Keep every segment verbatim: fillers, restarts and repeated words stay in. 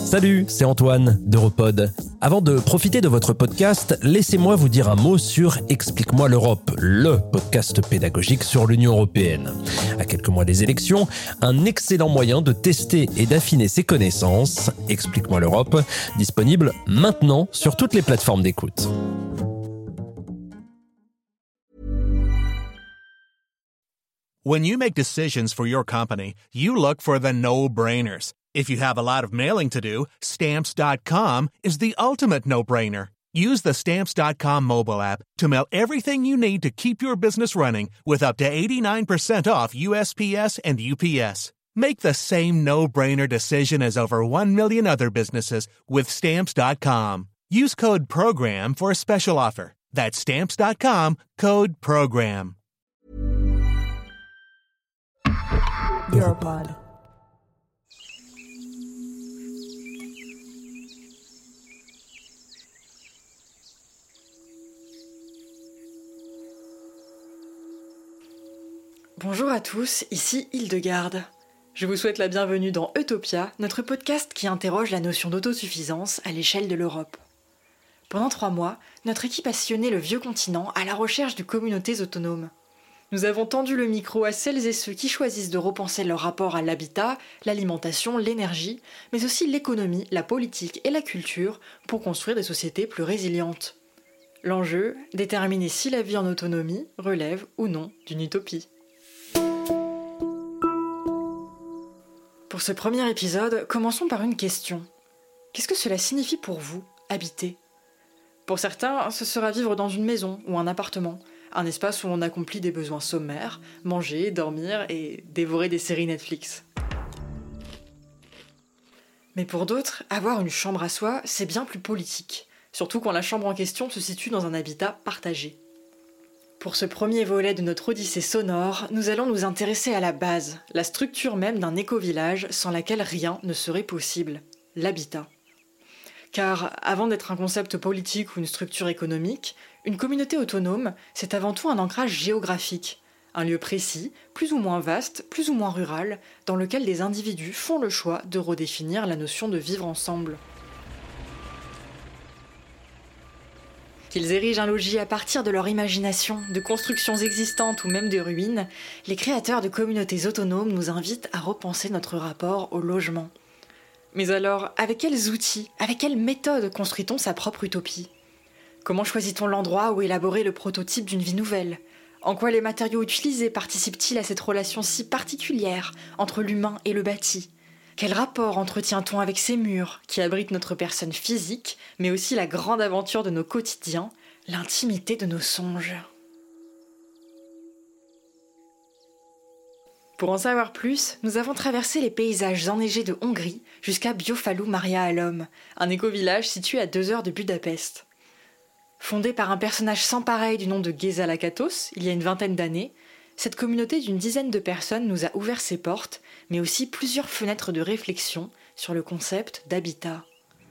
Salut, c'est Antoine d'Europod. Avant de profiter de votre podcast, laissez-moi vous dire un mot sur Explique-moi l'Europe, le podcast pédagogique sur l'Union européenne. À quelques mois des élections, un excellent moyen de tester et d'affiner ses connaissances. Explique-moi l'Europe, disponible maintenant sur toutes les plateformes d'écoute. When you make decisions for your company, you look for the no-brainers. If you have a lot of mailing to do, Stamps dot com is the ultimate no-brainer. Use the Stamps dot com mobile app to mail everything you need to keep your business running with up to eighty-nine percent off U S P S and U P S. Make the same no-brainer decision as over one million other businesses with Stamps dot com. Use code PROGRAM for a special offer. That's Stamps dot com, code PROGRAM. Europod. Bonjour à tous, ici Hildegarde. Je vous souhaite la bienvenue dans Utopia, notre podcast qui interroge la notion d'autosuffisance à l'échelle de l'Europe. Pendant trois mois, notre équipe a sillonné le vieux continent à la recherche de communautés autonomes. Nous avons tendu le micro à celles et ceux qui choisissent de repenser leur rapport à l'habitat, l'alimentation, l'énergie, mais aussi l'économie, la politique et la culture pour construire des sociétés plus résilientes. L'enjeu, déterminer si la vie en autonomie relève ou non d'une utopie. Pour ce premier épisode, commençons par une question. Qu'est-ce que cela signifie pour vous, habiter ? Pour certains, ce sera vivre dans une maison ou un appartement, un espace où on accomplit des besoins sommaires, manger, dormir et dévorer des séries Netflix. Mais pour d'autres, avoir une chambre à soi, c'est bien plus politique, surtout quand la chambre en question se situe dans un habitat partagé. Pour ce premier volet de notre odyssée sonore, nous allons nous intéresser à la base, la structure même d'un éco-village sans laquelle rien ne serait possible, l'habitat. Car avant d'être un concept politique ou une structure économique, une communauté autonome, c'est avant tout un ancrage géographique, un lieu précis, plus ou moins vaste, plus ou moins rural, dans lequel des individus font le choix de redéfinir la notion de vivre ensemble. Qu'ils érigent un logis à partir de leur imagination, de constructions existantes ou même de ruines, les créateurs de communautés autonomes nous invitent à repenser notre rapport au logement. Mais alors, avec quels outils, avec quelles méthodes construit-on sa propre utopie ? Comment choisit-on l'endroit où élaborer le prototype d'une vie nouvelle ? En quoi les matériaux utilisés participent-ils à cette relation si particulière entre l'humain et le bâti ? Quel rapport entretient-on avec ces murs qui abritent notre personne physique, mais aussi la grande aventure de nos quotidiens, l'intimité de nos songes ? Pour en savoir plus, nous avons traversé les paysages enneigés de Hongrie jusqu'à Biofalu Maria Alom, un éco-village situé à deux heures de Budapest. Fondée par un personnage sans pareil du nom de Géza Lakatos, il y a une vingtaine d'années, cette communauté d'une dizaine de personnes nous a ouvert ses portes, mais aussi plusieurs fenêtres de réflexion sur le concept d'habitat.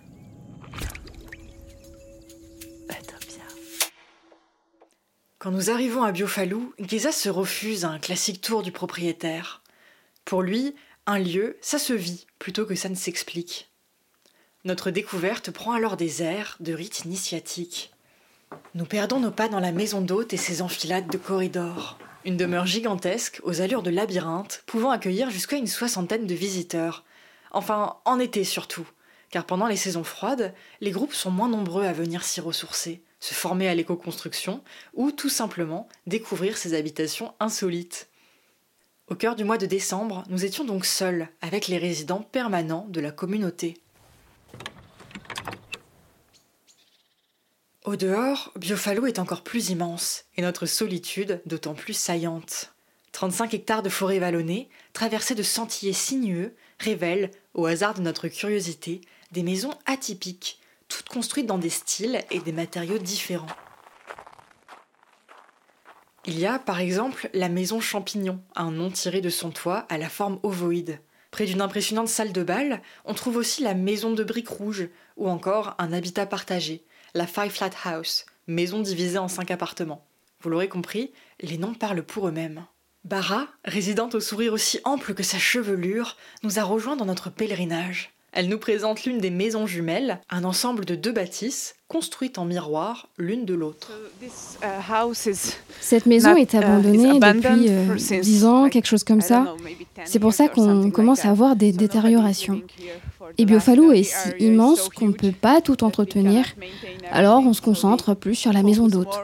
Quand nous arrivons à Biofalu, Géza se refuse à un classique tour du propriétaire. Pour lui, un lieu, ça se vit plutôt que ça ne s'explique. Notre découverte prend alors des airs de rite initiatique. Nous perdons nos pas dans la maison d'hôte et ses enfilades de corridors. Une demeure gigantesque, aux allures de labyrinthe, pouvant accueillir jusqu'à une soixantaine de visiteurs. Enfin, en été surtout, car pendant les saisons froides, les groupes sont moins nombreux à venir s'y ressourcer, se former à l'éco-construction ou tout simplement découvrir ces habitations insolites. Au cœur du mois de décembre, nous étions donc seuls avec les résidents permanents de la communauté. Au dehors, Biofalu est encore plus immense et notre solitude d'autant plus saillante. trente-cinq hectares de forêt vallonnée, traversés de sentiers sinueux, révèlent, au hasard de notre curiosité, des maisons atypiques, toutes construites dans des styles et des matériaux différents. Il y a, par exemple, la maison Champignon, un nom tiré de son toit à la forme ovoïde. Près d'une impressionnante salle de bal, on trouve aussi la maison de briques rouges, ou encore un habitat partagé, la Five Flat House, maison divisée en cinq appartements. Vous l'aurez compris, les noms parlent pour eux-mêmes. Bara, résidente au sourire aussi ample que sa chevelure, nous a rejoints dans notre pèlerinage. Elle nous présente l'une des maisons jumelles, un ensemble de deux bâtisses construites en miroir l'une de l'autre. Cette maison est abandonnée depuis euh, dix ans, quelque chose comme ça. C'est pour ça qu'on commence à avoir des détériorations. Et Biofalou est si immense qu'on ne peut pas tout entretenir, alors on se concentre plus sur la maison d'hôtes.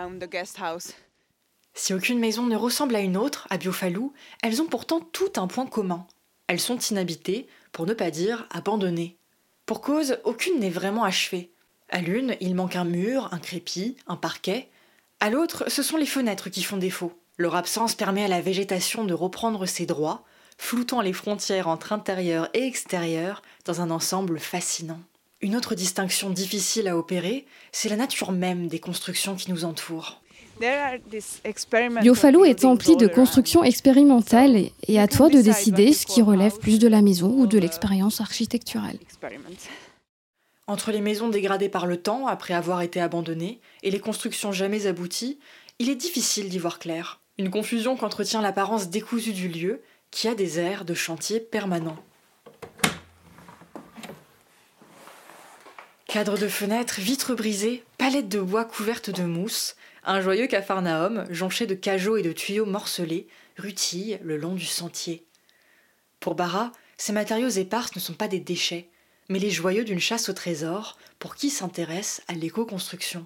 Si aucune maison ne ressemble à une autre à Biofalou, elles ont pourtant tout un point commun. Elles sont inhabitées, pour ne pas dire abandonnées. Pour cause, aucune n'est vraiment achevée. À l'une, il manque un mur, un crépi, un parquet. À l'autre, ce sont les fenêtres qui font défaut. Leur absence permet à la végétation de reprendre ses droits, floutant les frontières entre intérieur et extérieur dans un ensemble fascinant. Une autre distinction difficile à opérer, c'est la nature même des constructions qui nous entourent. Biofalou est empli de constructions expérimentales et à toi de décider ce qui relève plus de la maison ou de l'expérience architecturale. Entre les maisons dégradées par le temps après avoir été abandonnées et les constructions jamais abouties, il est difficile d'y voir clair. Une confusion qu'entretient l'apparence décousue du lieu qui a des airs de chantier permanent. Cadres de fenêtres, vitres brisées, palettes de bois couvertes de mousse, un joyeux capharnaüm, jonché de cajots et de tuyaux morcelés, rutille le long du sentier. Pour Bara, ces matériaux épars ne sont pas des déchets, mais les joyaux d'une chasse au trésor pour qui s'intéresse à l'éco-construction.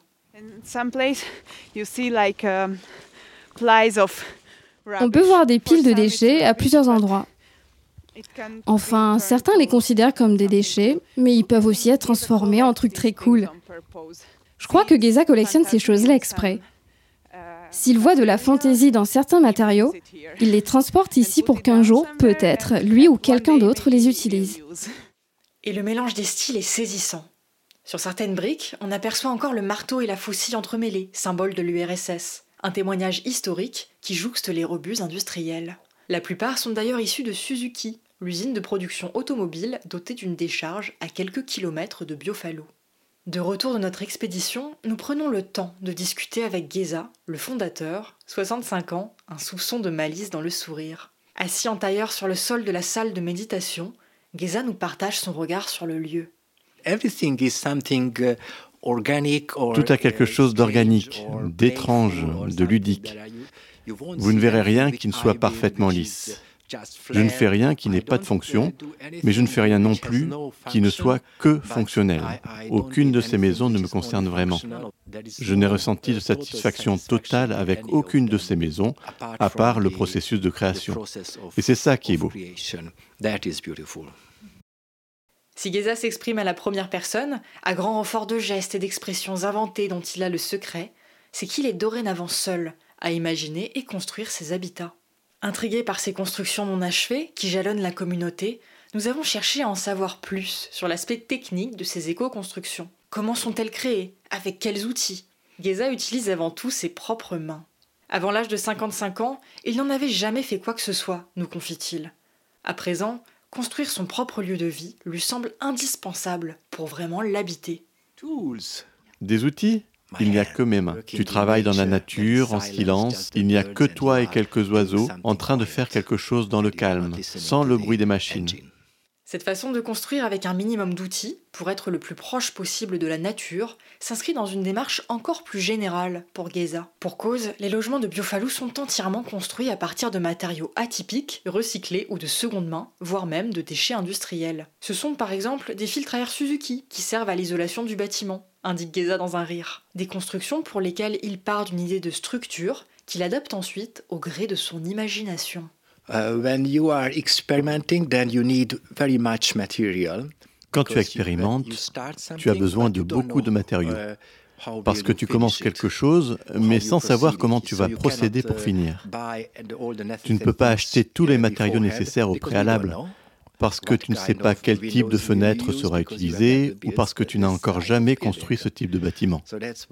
On peut voir des piles de déchets à plusieurs endroits. Enfin, certains les considèrent comme des déchets, mais ils peuvent aussi être transformés en trucs très cool. Je crois que Geza collectionne ces choses-là exprès. S'il voit de la fantaisie dans certains matériaux, il les transporte ici pour qu'un jour, peut-être, lui ou quelqu'un d'autre les utilise. Et le mélange des styles est saisissant. Sur certaines briques, on aperçoit encore le marteau et la faucille entremêlés, symbole de l'U R S S, un témoignage historique qui jouxte les rebuts industriels. La plupart sont d'ailleurs issus de Suzuki, l'usine de production automobile dotée d'une décharge à quelques kilomètres de Biofalou. De retour de notre expédition, nous prenons le temps de discuter avec Geza, le fondateur, soixante-cinq ans, un soupçon de malice dans le sourire. Assis en tailleur sur le sol de la salle de méditation, Geza nous partage son regard sur le lieu. Tout a quelque chose d'organique, d'étrange, de ludique. Vous ne verrez rien qui ne soit parfaitement lisse. Je ne fais rien qui n'ait pas de fonction, mais je ne fais rien non plus qui ne soit que fonctionnel. Aucune de ces maisons ne me concerne vraiment. Je n'ai ressenti de satisfaction totale avec aucune de ces maisons, à part le processus de création. Et c'est ça qui est beau. Si Geza s'exprime à la première personne, à grand renfort de gestes et d'expressions inventées dont il a le secret, c'est qu'il est dorénavant seul à imaginer et construire ses habitats. Intrigués par ces constructions non achevées qui jalonnent la communauté, nous avons cherché à en savoir plus sur l'aspect technique de ces éco-constructions. Comment sont-elles créées? Avec quels outils? Geza utilise avant tout ses propres mains. Avant l'âge de cinquante-cinq ans, il n'en avait jamais fait quoi que ce soit, nous confie-t-il. À présent, construire son propre lieu de vie lui semble indispensable pour vraiment l'habiter. Des outils? Il n'y a que mes mains. Tu travailles dans la nature, en silence. Il n'y a que toi et quelques oiseaux en train de faire quelque chose dans le calme, sans le bruit des machines. Cette façon de construire avec un minimum d'outils, pour être le plus proche possible de la nature, s'inscrit dans une démarche encore plus générale pour Geza. Pour cause, les logements de Biofalou sont entièrement construits à partir de matériaux atypiques, recyclés ou de seconde main, voire même de déchets industriels. Ce sont par exemple des filtres à air Suzuki qui servent à l'isolation du bâtiment, indique Geza dans un rire. Des constructions pour lesquelles il part d'une idée de structure qu'il adapte ensuite au gré de son imagination. Quand tu expérimentes, tu as besoin de beaucoup de matériaux. Parce que tu commences quelque chose, mais sans savoir comment tu vas procéder pour finir. Tu ne peux pas acheter tous les matériaux nécessaires au préalable, parce que tu ne sais pas quel type de fenêtre sera utilisé, ou parce que tu n'as encore jamais construit ce type de bâtiment.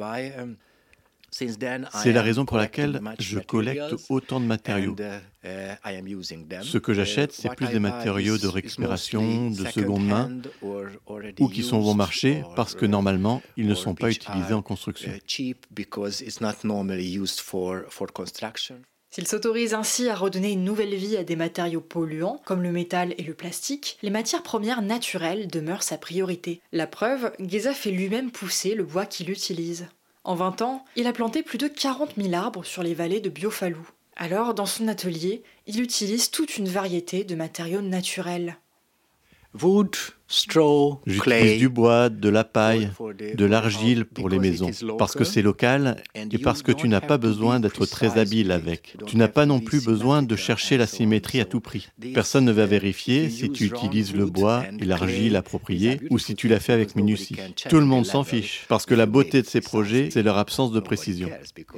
C'est la raison pour laquelle je collecte autant de matériaux. Ce que j'achète, c'est plus des matériaux de récupération, de seconde main, ou qui sont bon marché parce que normalement, ils ne sont pas utilisés en construction. S'il s'autorise ainsi à redonner une nouvelle vie à des matériaux polluants, comme le métal et le plastique, les matières premières naturelles demeurent sa priorité. La preuve, Geza fait lui-même pousser le bois qu'il utilise. En vingt ans, il a planté plus de quarante mille arbres sur les vallées de Biofalou. Alors, dans son atelier, il utilise toute une variété de matériaux naturels. Wood, straw, J'utilise du bois, de la paille, de l'argile pour les maisons, parce que c'est local et parce que tu n'as pas besoin d'être très habile avec. Tu n'as pas non plus besoin de chercher la symétrie à tout prix. Personne ne va vérifier si tu utilises le bois et l'argile appropriés ou si tu l'as fait avec minutie. Tout le monde s'en fiche, parce que la beauté de ces projets, c'est leur absence de précision.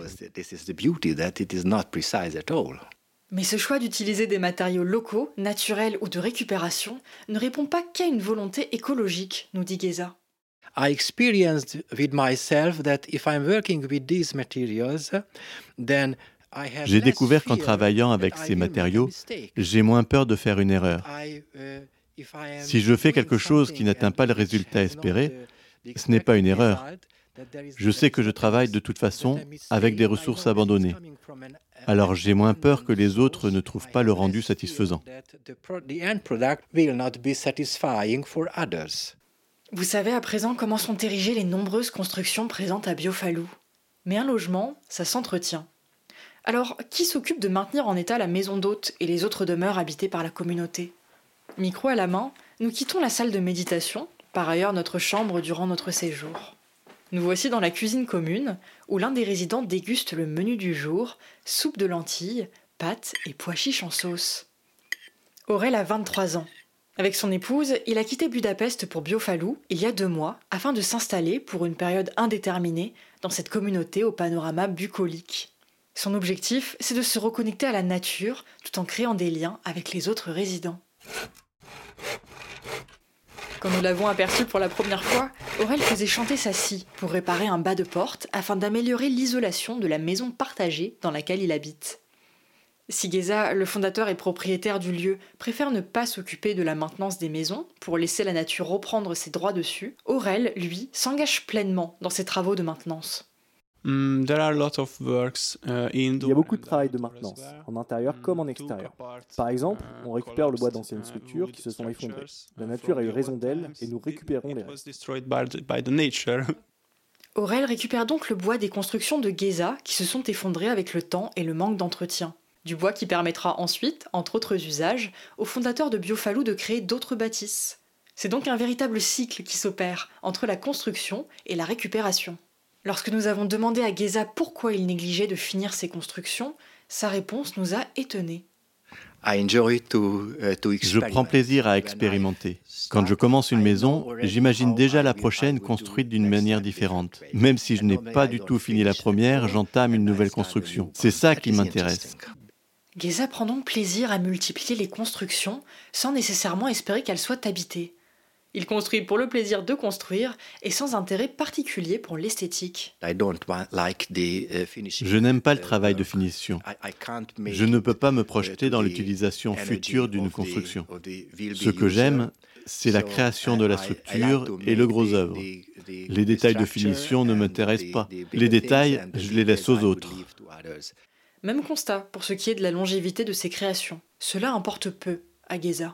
Mais ce choix d'utiliser des matériaux locaux, naturels ou de récupération ne répond pas qu'à une volonté écologique, nous dit Geza. I experienced with myself that if I'm working with these materials, then I have J'ai less découvert qu'en fear travaillant avec that I ces will make a matériaux, mistake. j'ai moins peur de faire une erreur. I, uh, if I am Si je fais quelque doing chose qui n'atteint something pas le and which résultat has espéré, not, uh, the ce n'est pas une expected erreur. result, that there is- Je sais que je travaille de toute façon avec des ressources abandonnées. Alors j'ai moins peur que les autres ne trouvent pas le rendu satisfaisant. Vous savez à présent comment sont érigées les nombreuses constructions présentes à Biofalou. Mais un logement, ça s'entretient. Alors, qui s'occupe de maintenir en état la maison d'hôte et les autres demeures habitées par la communauté ? Micro à la main, nous quittons la salle de méditation, par ailleurs notre chambre durant notre séjour. Nous voici dans la cuisine commune, où l'un des résidents déguste le menu du jour, soupe de lentilles, pâtes et pois chiches en sauce. Aurel a vingt-trois ans. Avec son épouse, il a quitté Budapest pour Biofalou il y a deux mois, afin de s'installer pour une période indéterminée dans cette communauté au panorama bucolique. Son objectif, c'est de se reconnecter à la nature, tout en créant des liens avec les autres résidents. Quand nous l'avons aperçu pour la première fois, Aurel faisait chanter sa scie pour réparer un bas de porte afin d'améliorer l'isolation de la maison partagée dans laquelle il habite. Si Geza, le fondateur et propriétaire du lieu, préfère ne pas s'occuper de la maintenance des maisons pour laisser la nature reprendre ses droits dessus, Aurel, lui, s'engage pleinement dans ses travaux de maintenance. Mm, there are a lot of works, uh, Il y a beaucoup de travail de maintenance, en intérieur comme en extérieur. Par exemple, on récupère le bois d'anciennes structures qui se sont effondrées. La nature a eu raison d'elles et nous récupérons les restes. Aurel récupère donc le bois des constructions de Geza qui se sont effondrées avec le temps et le manque d'entretien. Du bois qui permettra ensuite, entre autres usages, aux fondateurs de Biofalou de créer d'autres bâtisses. C'est donc un véritable cycle qui s'opère entre la construction et la récupération. Lorsque nous avons demandé à Geza pourquoi il négligeait de finir ses constructions, sa réponse nous a étonnés. Je prends plaisir à expérimenter. Quand je commence une maison, j'imagine déjà la prochaine construite d'une manière différente. Même si je n'ai pas du tout fini la première, j'entame une nouvelle construction. C'est ça qui m'intéresse. Geza prend donc plaisir à multiplier les constructions sans nécessairement espérer qu'elles soient habitées. Il construit pour le plaisir de construire et sans intérêt particulier pour l'esthétique. Je n'aime pas le travail de finition. Je ne peux pas me projeter dans l'utilisation future d'une construction. Ce que j'aime, c'est la création de la structure et le gros œuvre. Les détails de finition ne m'intéressent pas. Les détails, je les laisse aux autres. Même constat pour ce qui est de la longévité de ses créations. Cela importe peu à Geza.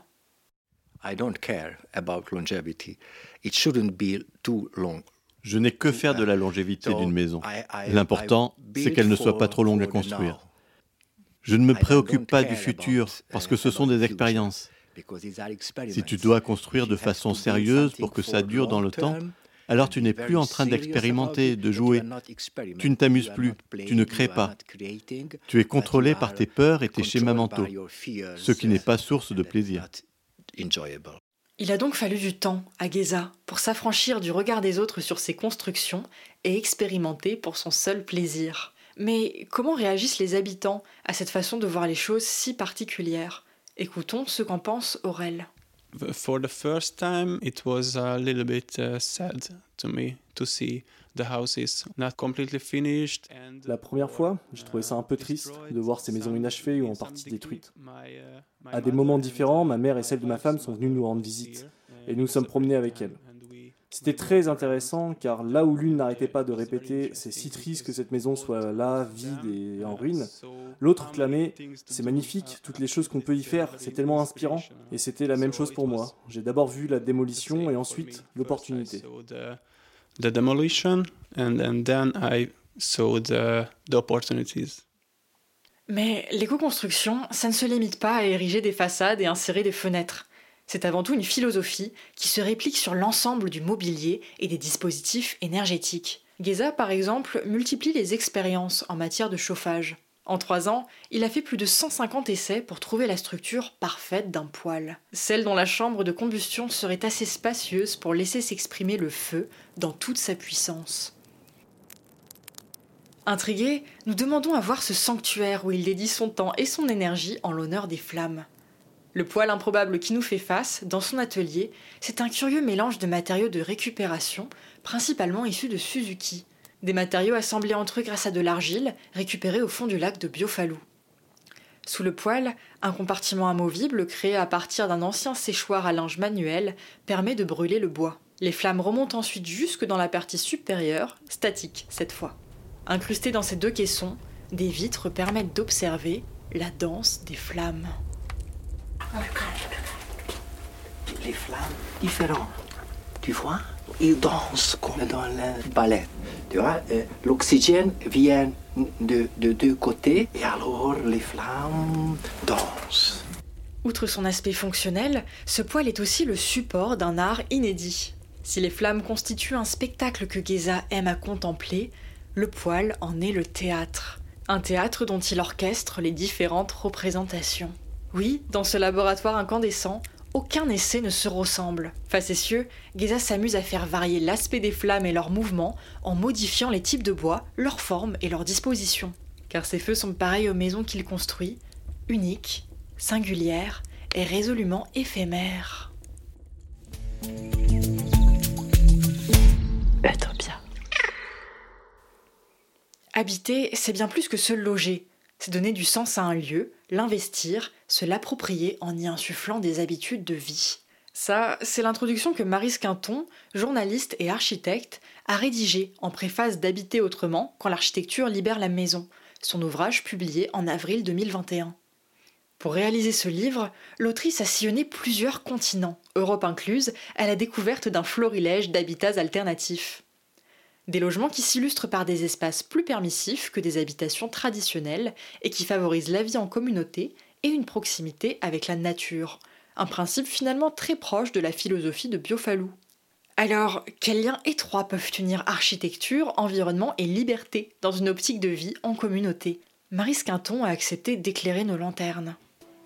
Je n'ai que faire de la longévité d'une maison. L'important, c'est qu'elle ne soit pas trop longue à construire. Je ne me préoccupe pas du futur, parce que ce sont des expériences. Si tu dois construire de façon sérieuse pour que ça dure dans le temps, alors tu n'es plus en train d'expérimenter, de jouer. Tu ne t'amuses plus, tu ne crées pas. Tu es contrôlé par tes peurs et tes schémas mentaux, ce qui n'est pas source de plaisir. Il a donc fallu du temps à Geza pour s'affranchir du regard des autres sur ses constructions et expérimenter pour son seul plaisir. Mais comment réagissent les habitants à cette façon de voir les choses si particulières ? Écoutons ce qu'en pense Aurel. For the first time, it was a little bit uh, sad to me to see the houses not completely finished. And La première fois, j'ai trouvé ça un peu triste de voir ces maisons inachevées ou en partie détruites. À des moments différents, ma mère et celle de ma femme sont venues nous rendre visite et nous nous sommes promenés avec elles. C'était très intéressant car là où l'une n'arrêtait pas de répéter « c'est si triste que cette maison soit là, vide et en ruine », l'autre clamait « c'est magnifique, toutes les choses qu'on peut y faire, c'est tellement inspirant ». Et c'était la même chose pour moi. J'ai d'abord vu la démolition et ensuite l'opportunité. The demolition and, and then I saw the, the opportunities. Mais l'éco-construction, ça ne se limite pas à ériger des façades et insérer des fenêtres. C'est avant tout une philosophie qui se réplique sur l'ensemble du mobilier et des dispositifs énergétiques. Geza, par exemple, multiplie les expériences en matière de chauffage. En trois ans, il a fait plus de cent cinquante essais pour trouver la structure parfaite d'un poêle. Celle dont la chambre de combustion serait assez spacieuse pour laisser s'exprimer le feu dans toute sa puissance. Intrigués, nous demandons à voir ce sanctuaire où il dédie son temps et son énergie en l'honneur des flammes. Le poêle improbable qui nous fait face, dans son atelier, c'est un curieux mélange de matériaux de récupération, principalement issus de Suzuki. Des matériaux assemblés entre eux grâce à de l'argile, récupérée au fond du lac de Biofalou. Sous le poêle, un compartiment amovible créé à partir d'un ancien séchoir à linge manuel permet de brûler le bois. Les flammes remontent ensuite jusque dans la partie supérieure, statique cette fois. Incrustées dans ces deux caissons, des vitres permettent d'observer la danse des flammes. Les flammes différentes, tu vois, ils dansent comme dans le ballet. Tu vois, euh, l'oxygène vient de, de deux côtés et alors les flammes dansent. Outre son aspect fonctionnel, ce poêle est aussi le support d'un art inédit. Si les flammes constituent un spectacle que Geza aime à contempler, le poêle en est le théâtre. Un théâtre dont il orchestre les différentes représentations. Oui, dans ce laboratoire incandescent, aucun essai ne se ressemble. Facétieux, Geza s'amuse à faire varier l'aspect des flammes et leurs mouvements en modifiant les types de bois, leurs formes et leurs dispositions. Car ces feux sont pareils aux maisons qu'il construit, uniques, singulières et résolument éphémères. Être bien. Habiter, c'est bien plus que se loger. C'est donner du sens à un lieu, l'investir, se l'approprier en y insufflant des habitudes de vie. Ça, c'est l'introduction que Maryse Quinton, journaliste et architecte, a rédigée en préface d'Habiter autrement quand l'architecture libère la maison, son ouvrage publié en avril deux mille vingt et un. Pour réaliser ce livre, l'autrice a sillonné plusieurs continents, Europe incluse, à la découverte d'un florilège d'habitats alternatifs. Des logements qui s'illustrent par des espaces plus permissifs que des habitations traditionnelles et qui favorisent la vie en communauté et une proximité avec la nature. Un principe finalement très proche de la philosophie de Biofalou. Alors, quels liens étroits peuvent unir architecture, environnement et liberté dans une optique de vie en communauté ? Maryse Quinton a accepté d'éclairer nos lanternes.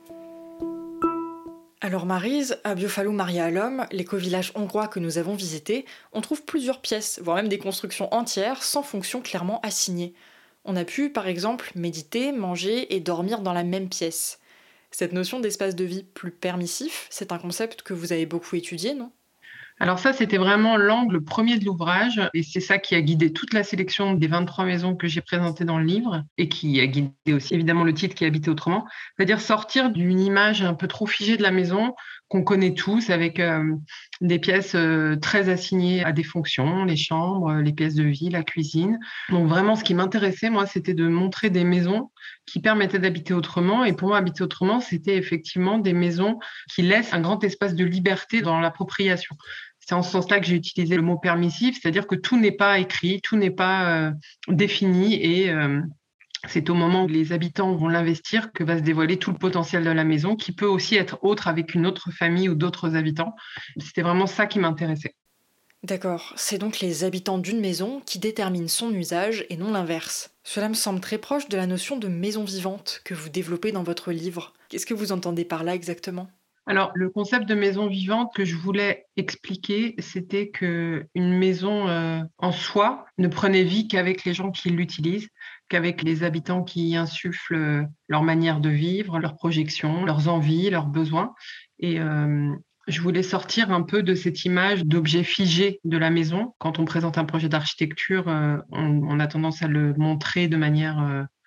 Alors Maryse, à Biofalou Maria à l'Homme, l'éco-village hongrois que nous avons visité, on trouve plusieurs pièces, voire même des constructions entières sans fonction clairement assignée. On a pu, par exemple, méditer, manger et dormir dans la même pièce. Cette notion d'espace de vie plus permissif, c'est un concept que vous avez beaucoup étudié, non ? Alors ça, c'était vraiment l'angle premier de l'ouvrage et c'est ça qui a guidé toute la sélection des vingt-trois maisons que j'ai présentées dans le livre et qui a guidé aussi évidemment le titre qui est Habiter autrement, c'est-à-dire sortir d'une image un peu trop figée de la maison qu'on connaît tous avec euh, des pièces euh, très assignées à des fonctions, les chambres, les pièces de vie, la cuisine. Donc vraiment, ce qui m'intéressait, moi, c'était de montrer des maisons qui permettaient d'habiter autrement et pour moi, habiter autrement, c'était effectivement des maisons qui laissent un grand espace de liberté dans l'appropriation. C'est en ce sens-là que j'ai utilisé le mot permissif, c'est-à-dire que tout n'est pas écrit, tout n'est pas euh, défini et euh, c'est au moment où les habitants vont l'investir que va se dévoiler tout le potentiel de la maison qui peut aussi être autre avec une autre famille ou d'autres habitants. C'était vraiment ça qui m'intéressait. D'accord, c'est donc les habitants d'une maison qui déterminent son usage et non l'inverse. Cela me semble très proche de la notion de maison vivante que vous développez dans votre livre. Qu'est-ce que vous entendez par là exactement ? Alors, le concept de maison vivante que je voulais expliquer, c'était qu'une maison euh, en soi ne prenait vie qu'avec les gens qui l'utilisent, qu'avec les habitants qui y insufflent leur manière de vivre, leurs projections, leurs envies, leurs besoins. Et euh, je voulais sortir un peu de cette image d'objet figé de la maison. Quand on présente un projet d'architecture, euh, on, on a tendance à le montrer de manière... Euh,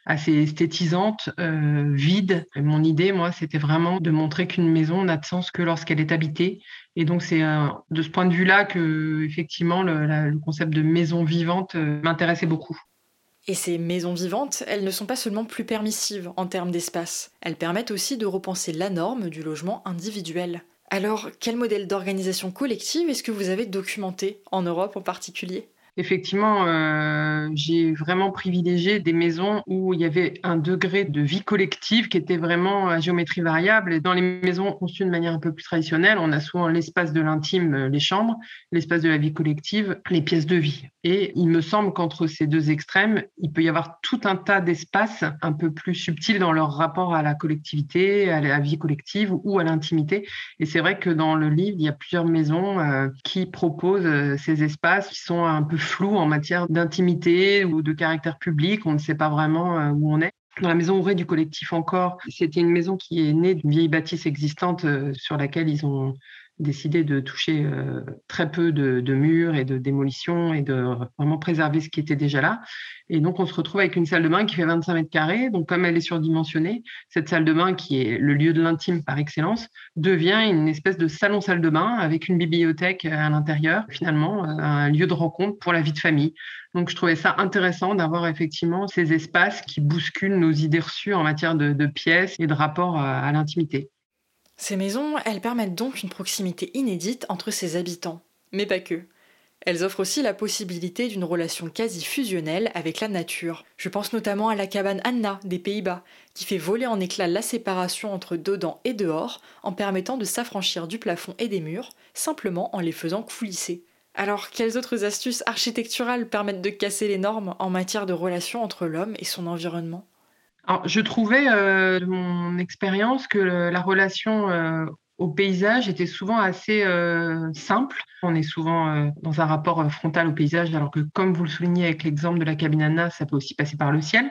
assez esthétisante, euh, vide. Et mon idée, moi, c'était vraiment de montrer qu'une maison n'a de sens que lorsqu'elle est habitée. Et donc, c'est euh, de ce point de vue-là que, effectivement, le, la, le concept de maison vivante euh, m'intéressait beaucoup. Et ces maisons vivantes, elles ne sont pas seulement plus permissives en termes d'espace, elles permettent aussi de repenser la norme du logement individuel. Alors, quel modèle d'organisation collective est-ce que vous avez documenté, en Europe en particulier ? Effectivement, euh, j'ai vraiment privilégié des maisons où il y avait un degré de vie collective qui était vraiment à géométrie variable. Et dans les maisons conçues de manière un peu plus traditionnelle, on a souvent l'espace de l'intime, les chambres, l'espace de la vie collective, les pièces de vie. Et il me semble qu'entre ces deux extrêmes, il peut y avoir tout un tas d'espaces un peu plus subtils dans leur rapport à la collectivité, à la vie collective ou à l'intimité. Et c'est vrai que dans le livre, il y a plusieurs maisons euh, qui proposent euh, ces espaces qui sont un peu flous en matière d'intimité ou de caractère public. On ne sait pas vraiment euh, où on est. Dans la maison Ouret du collectif Encore, c'était une maison qui est née d'une vieille bâtisse existante euh, sur laquelle ils ont décidé de toucher euh, très peu de, de murs et de démolition et de vraiment préserver ce qui était déjà là. Et donc, on se retrouve avec une salle de bain qui fait vingt-cinq mètres carrés. Donc, comme elle est surdimensionnée, cette salle de bain, qui est le lieu de l'intime par excellence, devient une espèce de salon-salle de bain avec une bibliothèque à l'intérieur, finalement, un lieu de rencontre pour la vie de famille. Donc, je trouvais ça intéressant d'avoir effectivement ces espaces qui bousculent nos idées reçues en matière de, de pièces et de rapport à, à l'intimité. Ces maisons, elles permettent donc une proximité inédite entre ses habitants. Mais pas que. Elles offrent aussi la possibilité d'une relation quasi fusionnelle avec la nature. Je pense notamment à la cabane Anna des Pays-Bas, qui fait voler en éclats la séparation entre dedans et dehors, en permettant de s'affranchir du plafond et des murs, simplement en les faisant coulisser. Alors, quelles autres astuces architecturales permettent de casser les normes en matière de relation entre l'homme et son environnement ? Alors, je trouvais, euh, de mon expérience, que le, la relation euh, au paysage était souvent assez euh, simple. On est souvent euh, dans un rapport frontal au paysage, alors que, comme vous le soulignez avec l'exemple de la cabine Anna, ça peut aussi passer par le ciel.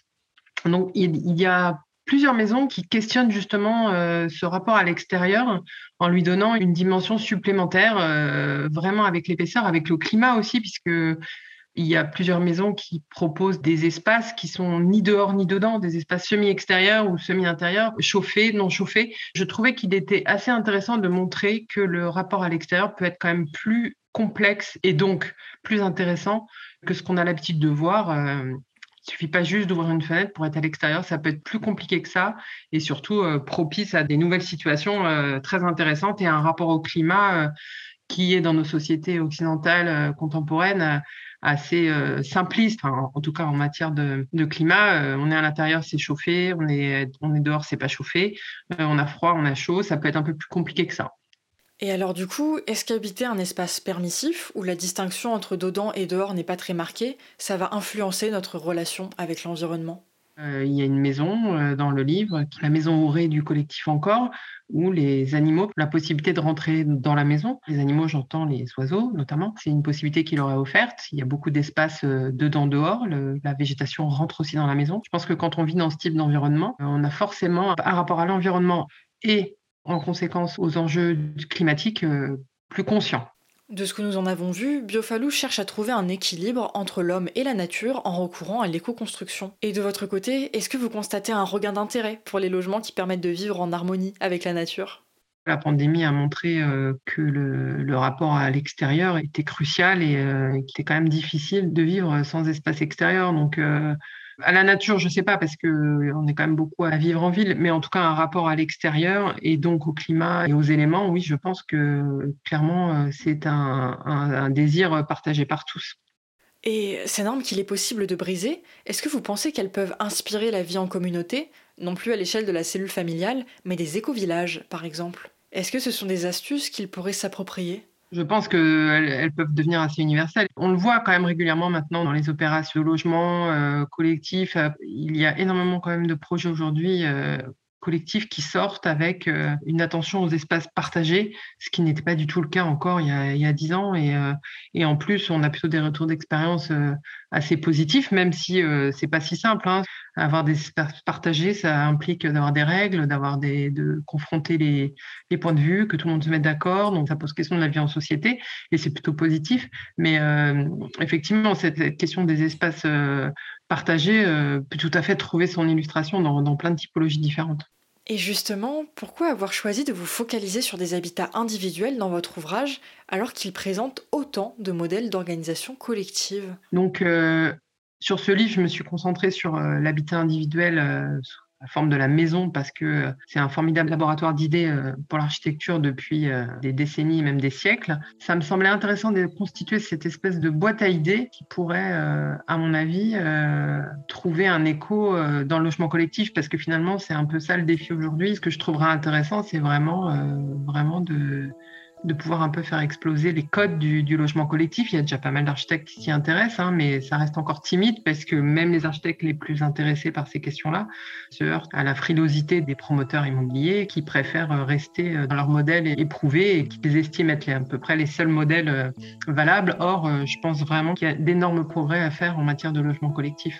Donc, il, il y a plusieurs maisons qui questionnent justement euh, ce rapport à l'extérieur en lui donnant une dimension supplémentaire, euh, vraiment avec l'épaisseur, avec le climat aussi, puisque il y a plusieurs maisons qui proposent des espaces qui sont ni dehors ni dedans, des espaces semi-extérieurs ou semi-intérieurs, chauffés, non chauffés. Je trouvais qu'il était assez intéressant de montrer que le rapport à l'extérieur peut être quand même plus complexe et donc plus intéressant que ce qu'on a l'habitude de voir. Euh, Il ne suffit pas juste d'ouvrir une fenêtre pour être à l'extérieur, ça peut être plus compliqué que ça et surtout euh, propice à des nouvelles situations euh, très intéressantes et à un rapport au climat euh, qui est dans nos sociétés occidentales euh, contemporaines euh, assez euh, simpliste, enfin, en tout cas en matière de, de climat. Euh, on est à l'intérieur, c'est chauffé, on est, on est dehors, c'est pas chauffé, euh, on a froid, on a chaud, ça peut être un peu plus compliqué que ça. Et alors du coup, est-ce qu'habiter un espace permissif, où la distinction entre dedans et dehors n'est pas très marquée, ça va influencer notre relation avec l'environnement ? Euh, il y a une maison euh, dans le livre, la maison Ouret du collectif Encore, où les animaux ont la possibilité de rentrer dans la maison. Les animaux, j'entends les oiseaux notamment, c'est une possibilité qui leur est offerte. Il y a beaucoup d'espace euh, dedans-dehors, le, la végétation rentre aussi dans la maison. Je pense que quand on vit dans ce type d'environnement, euh, on a forcément un rapport à l'environnement et en conséquence aux enjeux climatiques euh, plus conscients. De ce que nous en avons vu, Biofalou cherche à trouver un équilibre entre l'homme et la nature en recourant à l'éco-construction. Et de votre côté, est-ce que vous constatez un regain d'intérêt pour les logements qui permettent de vivre en harmonie avec la nature ? La pandémie a montré euh, que le, le rapport à l'extérieur était crucial et euh, qu'il était quand même difficile de vivre sans espace extérieur. Donc, euh, à la nature, je ne sais pas, parce qu'on est quand même beaucoup à vivre en ville, mais en tout cas, un rapport à l'extérieur et donc au climat et aux éléments, oui, je pense que clairement, c'est un, un, un désir partagé par tous. Et ces normes qu'il est possible de briser, est-ce que vous pensez qu'elles peuvent inspirer la vie en communauté, non plus à l'échelle de la cellule familiale, mais des éco-villages, par exemple ? Est-ce que ce sont des astuces qu'ils pourraient s'approprier ? Je pense qu'elles elles peuvent devenir assez universelles. On le voit quand même régulièrement maintenant dans les opérations de logement euh, collectif. Il y a énormément quand même de projets aujourd'hui euh, collectifs qui sortent avec euh, une attention aux espaces partagés, ce qui n'était pas du tout le cas encore il y a, il y a dix ans. Et, euh, et en plus, on a plutôt des retours d'expérience euh, assez positifs, même si euh, c'est pas si simple, hein. Avoir des espaces partagés, ça implique d'avoir des règles, d'avoir des, de confronter les, les points de vue, que tout le monde se mette d'accord. Donc, ça pose question de la vie en société et c'est plutôt positif. Mais euh, effectivement, cette question des espaces euh, partagé euh, peut tout à fait trouver son illustration dans, dans plein de typologies différentes. Et justement, pourquoi avoir choisi de vous focaliser sur des habitats individuels dans votre ouvrage alors qu'il présente autant de modèles d'organisation collective ? Donc, euh, sur ce livre, je me suis concentrée sur euh, l'habitat individuel euh, sous la forme de la maison parce que euh, c'est un formidable laboratoire d'idées euh, pour l'architecture depuis euh, des décennies, même des siècles. Ça me semblait intéressant de constituer cette espèce de boîte à idées qui pourrait, euh, à mon avis, euh, trouver un écho euh, dans le logement collectif parce que finalement, c'est un peu ça le défi aujourd'hui. Ce que je trouverais intéressant, c'est vraiment, euh, vraiment de... de pouvoir un peu faire exploser les codes du, du logement collectif. Il y a déjà pas mal d'architectes qui s'y intéressent, hein, mais ça reste encore timide parce que même les architectes les plus intéressés par ces questions-là se heurtent à la frilosité des promoteurs immobiliers qui préfèrent rester dans leur modèle éprouvé et qui les estiment être à peu près les seuls modèles valables. Or, je pense vraiment qu'il y a d'énormes progrès à faire en matière de logement collectif.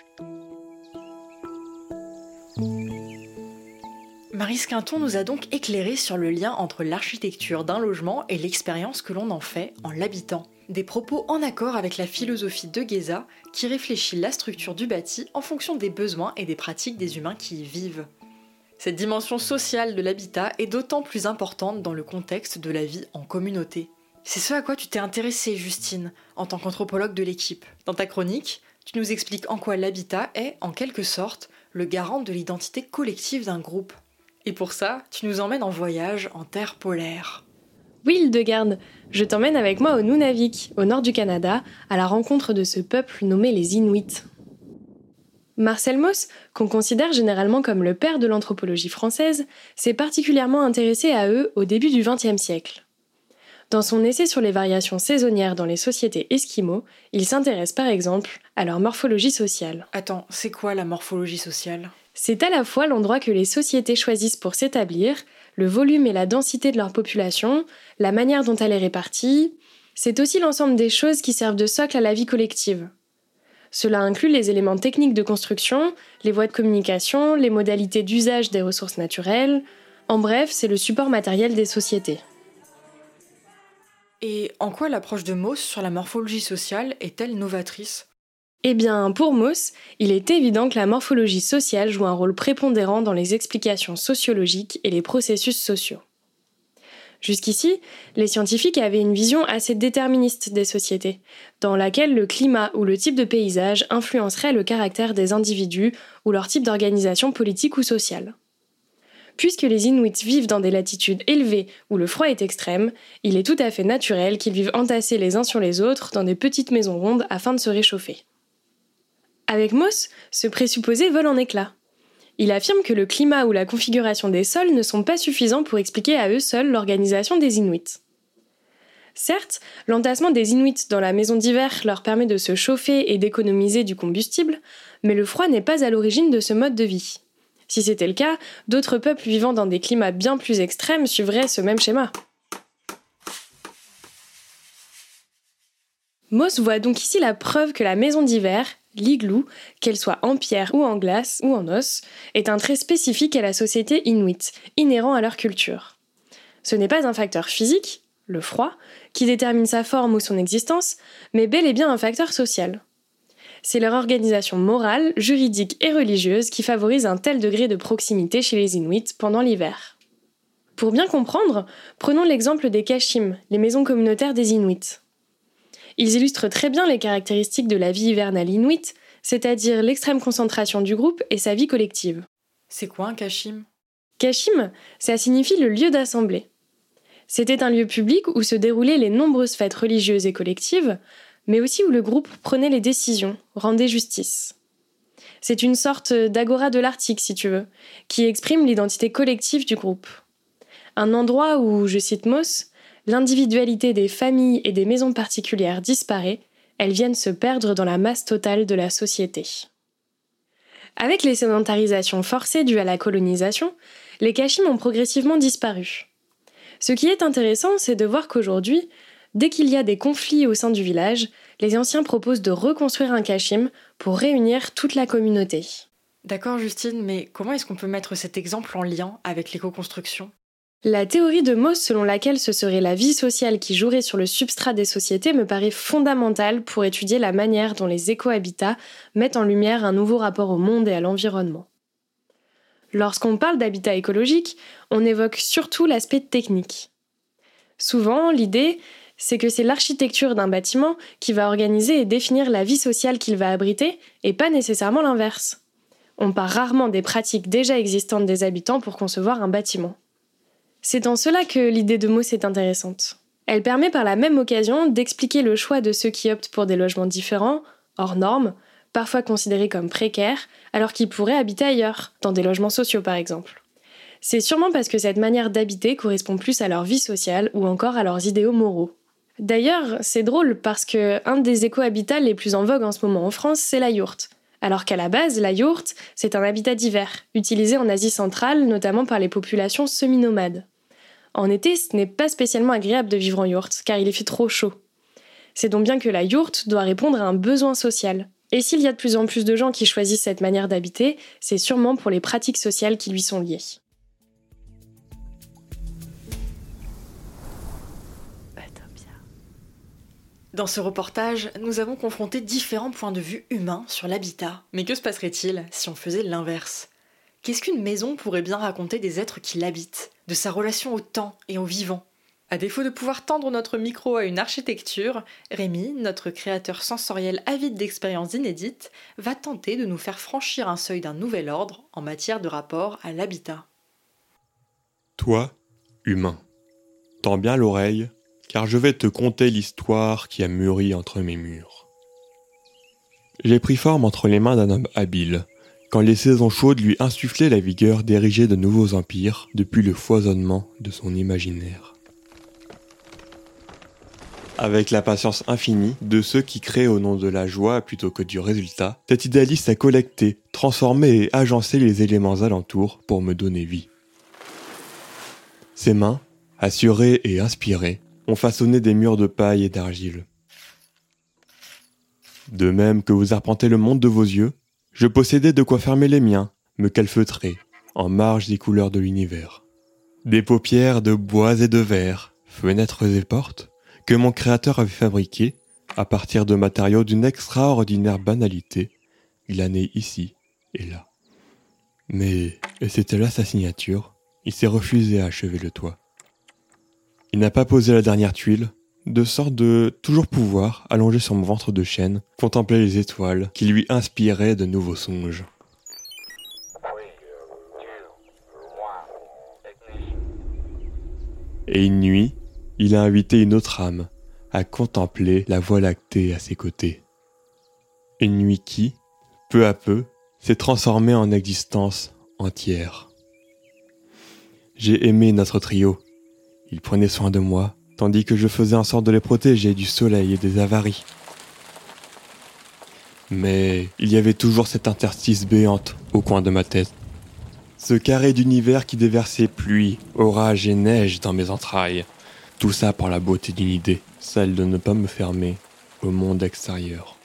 Maryse Quinton nous a donc éclairé sur le lien entre l'architecture d'un logement et l'expérience que l'on en fait en l'habitant. Des propos en accord avec la philosophie de Guéza qui réfléchit la structure du bâti en fonction des besoins et des pratiques des humains qui y vivent. Cette dimension sociale de l'habitat est d'autant plus importante dans le contexte de la vie en communauté. C'est ce à quoi tu t'es intéressée, Justine, en tant qu'anthropologue de l'équipe. Dans ta chronique, tu nous expliques en quoi l'habitat est, en quelque sorte, le garant de l'identité collective d'un groupe. Et pour ça, tu nous emmènes en voyage en terre polaire. Oui, Hildegarde, je t'emmène avec moi au Nunavik, au nord du Canada, à la rencontre de ce peuple nommé les Inuits. Marcel Mauss, qu'on considère généralement comme le père de l'anthropologie française, s'est particulièrement intéressé à eux au début du vingtième siècle. Dans son essai sur les variations saisonnières dans les sociétés esquimaux, il s'intéresse par exemple à leur morphologie sociale. Attends, c'est quoi la morphologie sociale ? C'est à la fois l'endroit que les sociétés choisissent pour s'établir, le volume et la densité de leur population, la manière dont elle est répartie. C'est aussi l'ensemble des choses qui servent de socle à la vie collective. Cela inclut les éléments techniques de construction, les voies de communication, les modalités d'usage des ressources naturelles. En bref, c'est le support matériel des sociétés. Et en quoi l'approche de Mauss sur la morphologie sociale est-elle novatrice ? Eh bien, pour Mauss, il est évident que la morphologie sociale joue un rôle prépondérant dans les explications sociologiques et les processus sociaux. Jusqu'ici, les scientifiques avaient une vision assez déterministe des sociétés, dans laquelle le climat ou le type de paysage influencerait le caractère des individus ou leur type d'organisation politique ou sociale. Puisque les Inuits vivent dans des latitudes élevées où le froid est extrême, il est tout à fait naturel qu'ils vivent entassés les uns sur les autres dans des petites maisons rondes afin de se réchauffer. Avec Mauss, ce présupposé vole en éclats. Il affirme que le climat ou la configuration des sols ne sont pas suffisants pour expliquer à eux seuls l'organisation des Inuits. Certes, l'entassement des Inuits dans la maison d'hiver leur permet de se chauffer et d'économiser du combustible, mais le froid n'est pas à l'origine de ce mode de vie. Si c'était le cas, d'autres peuples vivant dans des climats bien plus extrêmes suivraient ce même schéma. Mauss voit donc ici la preuve que la maison d'hiver, l'igloo, qu'elle soit en pierre ou en glace ou en os, est un trait spécifique à la société inuite, inhérent à leur culture. Ce n'est pas un facteur physique, le froid, qui détermine sa forme ou son existence, mais bel et bien un facteur social. C'est leur organisation morale, juridique et religieuse qui favorise un tel degré de proximité chez les Inuits pendant l'hiver. Pour bien comprendre, prenons l'exemple des Kashim, les maisons communautaires des Inuits. Ils illustrent très bien les caractéristiques de la vie hivernale inuite, c'est-à-dire l'extrême concentration du groupe et sa vie collective. C'est quoi un Kashim ? Kashim, ça signifie le lieu d'assemblée. C'était un lieu public où se déroulaient les nombreuses fêtes religieuses et collectives, mais aussi où le groupe prenait les décisions, rendait justice. C'est une sorte d'agora de l'Arctique, si tu veux, qui exprime l'identité collective du groupe. Un endroit où, je cite Mauss, l'individualité des familles et des maisons particulières disparaît, elles viennent se perdre dans la masse totale de la société. Avec les sédentarisations forcées dues à la colonisation, les Kashim ont progressivement disparu. Ce qui est intéressant, c'est de voir qu'aujourd'hui, dès qu'il y a des conflits au sein du village, les anciens proposent de reconstruire un Kashim pour réunir toute la communauté. D'accord Justine, mais comment est-ce qu'on peut mettre cet exemple en lien avec l'éco-construction ? La théorie de Mauss selon laquelle ce serait la vie sociale qui jouerait sur le substrat des sociétés me paraît fondamentale pour étudier la manière dont les écohabitats mettent en lumière un nouveau rapport au monde et à l'environnement. Lorsqu'on parle d'habitat écologique, on évoque surtout l'aspect technique. Souvent, l'idée, c'est que c'est l'architecture d'un bâtiment qui va organiser et définir la vie sociale qu'il va abriter, et pas nécessairement l'inverse. On part rarement des pratiques déjà existantes des habitants pour concevoir un bâtiment. C'est en cela que l'idée de Mauss est intéressante. Elle permet par la même occasion d'expliquer le choix de ceux qui optent pour des logements différents, hors normes, parfois considérés comme précaires, alors qu'ils pourraient habiter ailleurs, dans des logements sociaux par exemple. C'est sûrement parce que cette manière d'habiter correspond plus à leur vie sociale ou encore à leurs idéaux moraux. D'ailleurs, c'est drôle parce que un des écohabitats les plus en vogue en ce moment en France, c'est la yourte. Alors qu'à la base, la yourte, c'est un habitat d'hiver, utilisé en Asie centrale, notamment par les populations semi-nomades. En été, ce n'est pas spécialement agréable de vivre en yourte, car il y fait trop chaud. C'est donc bien que la yourte doit répondre à un besoin social. Et s'il y a de plus en plus de gens qui choisissent cette manière d'habiter, c'est sûrement pour les pratiques sociales qui lui sont liées. Dans ce reportage, nous avons confronté différents points de vue humains sur l'habitat. Mais que se passerait-il si on faisait l'inverse ? Qu'est-ce qu'une maison pourrait bien raconter des êtres qui l'habitent, de sa relation au temps et au vivant ? À défaut de pouvoir tendre notre micro à une architecture, Rémi, notre créateur sensoriel avide d'expériences inédites, va tenter de nous faire franchir un seuil d'un nouvel ordre en matière de rapport à l'habitat. Toi, humain, tends bien l'oreille, car je vais te conter l'histoire qui a mûri entre mes murs. J'ai pris forme entre les mains d'un homme habile, quand les saisons chaudes lui insufflaient la vigueur d'ériger de nouveaux empires depuis le foisonnement de son imaginaire. Avec la patience infinie de ceux qui créent au nom de la joie plutôt que du résultat, cet idéaliste a collecté, transformé et agencé les éléments alentours pour me donner vie. Ses mains, assurées et inspirées, ont façonné des murs de paille et d'argile. De même que vous arpentez le monde de vos yeux, je possédais de quoi fermer les miens, me calfeutrer, en marge des couleurs de l'univers. Des paupières de bois et de verre, fenêtres et portes, que mon créateur avait fabriquées à partir de matériaux d'une extraordinaire banalité, glanés ici et là. Mais, et c'était là sa signature, il s'est refusé à achever le toit. Il n'a pas posé la dernière tuile, de sorte de toujours pouvoir, allongé sur mon ventre de chêne, contempler les étoiles qui lui inspiraient de nouveaux songes. Et une nuit, il a invité une autre âme à contempler la voie lactée à ses côtés. Une nuit qui, peu à peu, s'est transformée en existence entière. J'ai aimé notre trio. Il prenait soin de moi, tandis que je faisais en sorte de les protéger du soleil et des avaries. Mais il y avait toujours cette interstice béante au coin de ma tête. Ce carré d'univers qui déversait pluie, orage et neige dans mes entrailles. Tout ça par la beauté d'une idée, celle de ne pas me fermer au monde extérieur.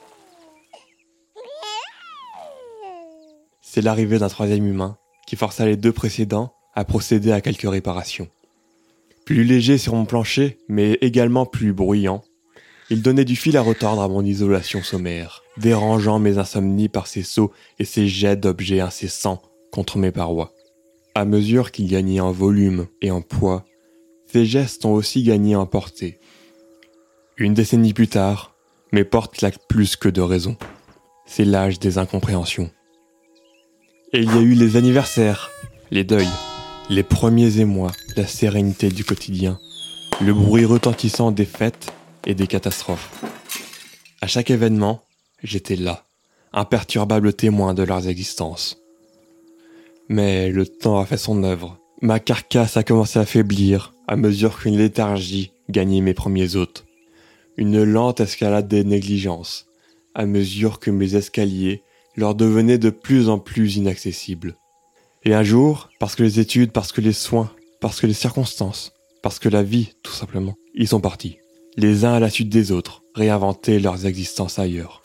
C'est l'arrivée d'un troisième humain qui força les deux précédents à procéder à quelques réparations. Plus léger sur mon plancher, mais également plus bruyant, il donnait du fil à retordre à mon isolation sommaire, dérangeant mes insomnies par ses sauts et ses jets d'objets incessants contre mes parois. À mesure qu'il gagnait en volume et en poids, ses gestes ont aussi gagné en portée. Une décennie plus tard, mes portes claquent plus que de raison. C'est l'âge des incompréhensions. Et il y a eu les anniversaires, les deuils, les premiers émois, la sérénité du quotidien, le bruit retentissant des fêtes et des catastrophes. À chaque événement, j'étais là, imperturbable témoin de leurs existences. Mais le temps a fait son œuvre. Ma carcasse a commencé à faiblir à mesure qu'une léthargie gagnait mes premiers hôtes. Une lente escalade des négligences, à mesure que mes escaliers leur devenaient de plus en plus inaccessibles. Et un jour, parce que les études, parce que les soins, parce que les circonstances, parce que la vie, tout simplement, ils sont partis, les uns à la suite des autres, réinventer leurs existences ailleurs.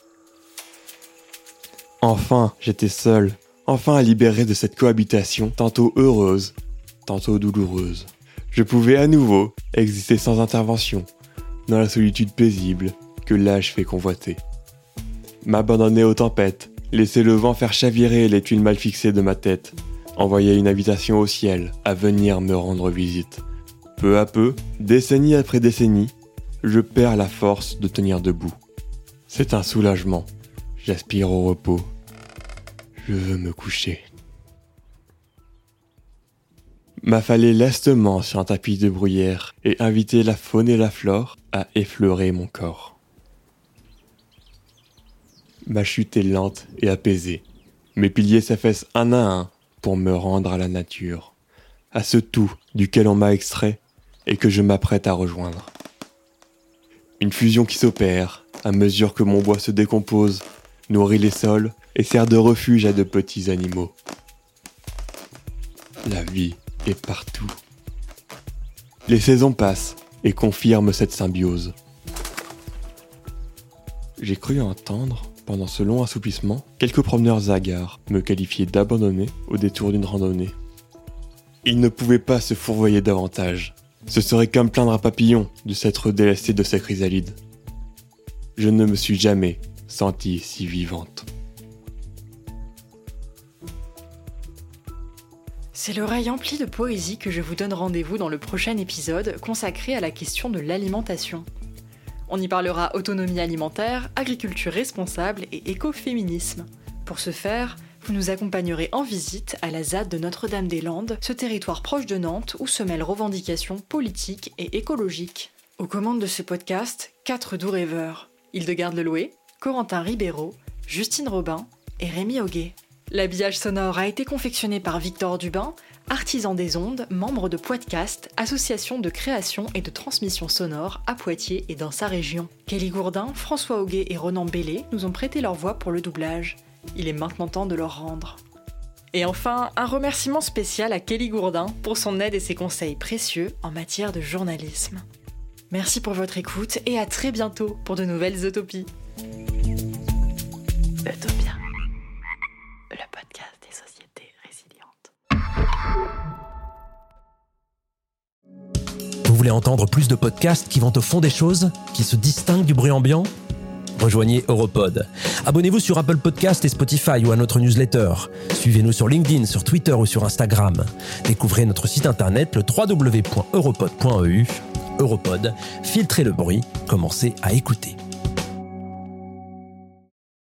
Enfin, j'étais seul, enfin libéré de cette cohabitation, tantôt heureuse, tantôt douloureuse. Je pouvais à nouveau exister sans intervention, dans la solitude paisible que l'âge fait convoiter. M'abandonner aux tempêtes, laisser le vent faire chavirer les tuiles mal fixées de ma tête, envoyer une invitation au ciel à venir me rendre visite. Peu à peu, décennie après décennie, je perds la force de tenir debout. C'est un soulagement. J'aspire au repos. Je veux me coucher. M'affaler lestement sur un tapis de bruyère et inviter la faune et la flore à effleurer mon corps. Ma chute est lente et apaisée. Mes piliers s'affaissent un à un pour me rendre à la nature, à ce tout duquel on m'a extrait et que je m'apprête à rejoindre. Une fusion qui s'opère à mesure que mon bois se décompose, nourrit les sols et sert de refuge à de petits animaux. La vie est partout. Les saisons passent et confirment cette symbiose. J'ai cru entendre, pendant ce long assoupissement, quelques promeneurs hagards me qualifier d'abandonné au détour d'une randonnée. Ils ne pouvaient pas se fourvoyer davantage. Ce serait comme plaindre un papillon de s'être délesté de sa chrysalide. Je ne me suis jamais sentie si vivante. C'est l'oreille emplie de poésie que je vous donne rendez-vous dans le prochain épisode consacré à la question de l'alimentation. On y parlera autonomie alimentaire, agriculture responsable et écoféminisme. Pour ce faire, vous nous accompagnerez en visite à la Z A D de Notre-Dame-des-Landes, ce territoire proche de Nantes où se mêlent revendications politiques et écologiques. Aux commandes de ce podcast, quatre doux rêveurs. Hildegarde-Leloué, Corentin Ribeiro, Justine Robin et Rémi Auguet. L'habillage sonore a été confectionné par Victor Dubin, artisan des ondes, membre de Poitcast, association de création et de transmission sonore à Poitiers et dans sa région. Kelly Gourdin, François Auguet et Ronan Bellé nous ont prêté leur voix pour le doublage. Il est maintenant temps de leur rendre. Et enfin, un remerciement spécial à Kelly Gourdin pour son aide et ses conseils précieux en matière de journalisme. Merci pour votre écoute et à très bientôt pour de nouvelles utopies. Utopia, le podcast des sociétés résilientes. Vous voulez entendre plus de podcasts qui vont au fond des choses, qui se distinguent du bruit ambiant ? Rejoignez Europod. Abonnez-vous sur Apple Podcasts et Spotify ou à notre newsletter. Suivez-nous sur LinkedIn, sur Twitter ou sur Instagram. Découvrez notre site internet le w w w point europod point e u. Europod, filtrez le bruit, commencez à écouter.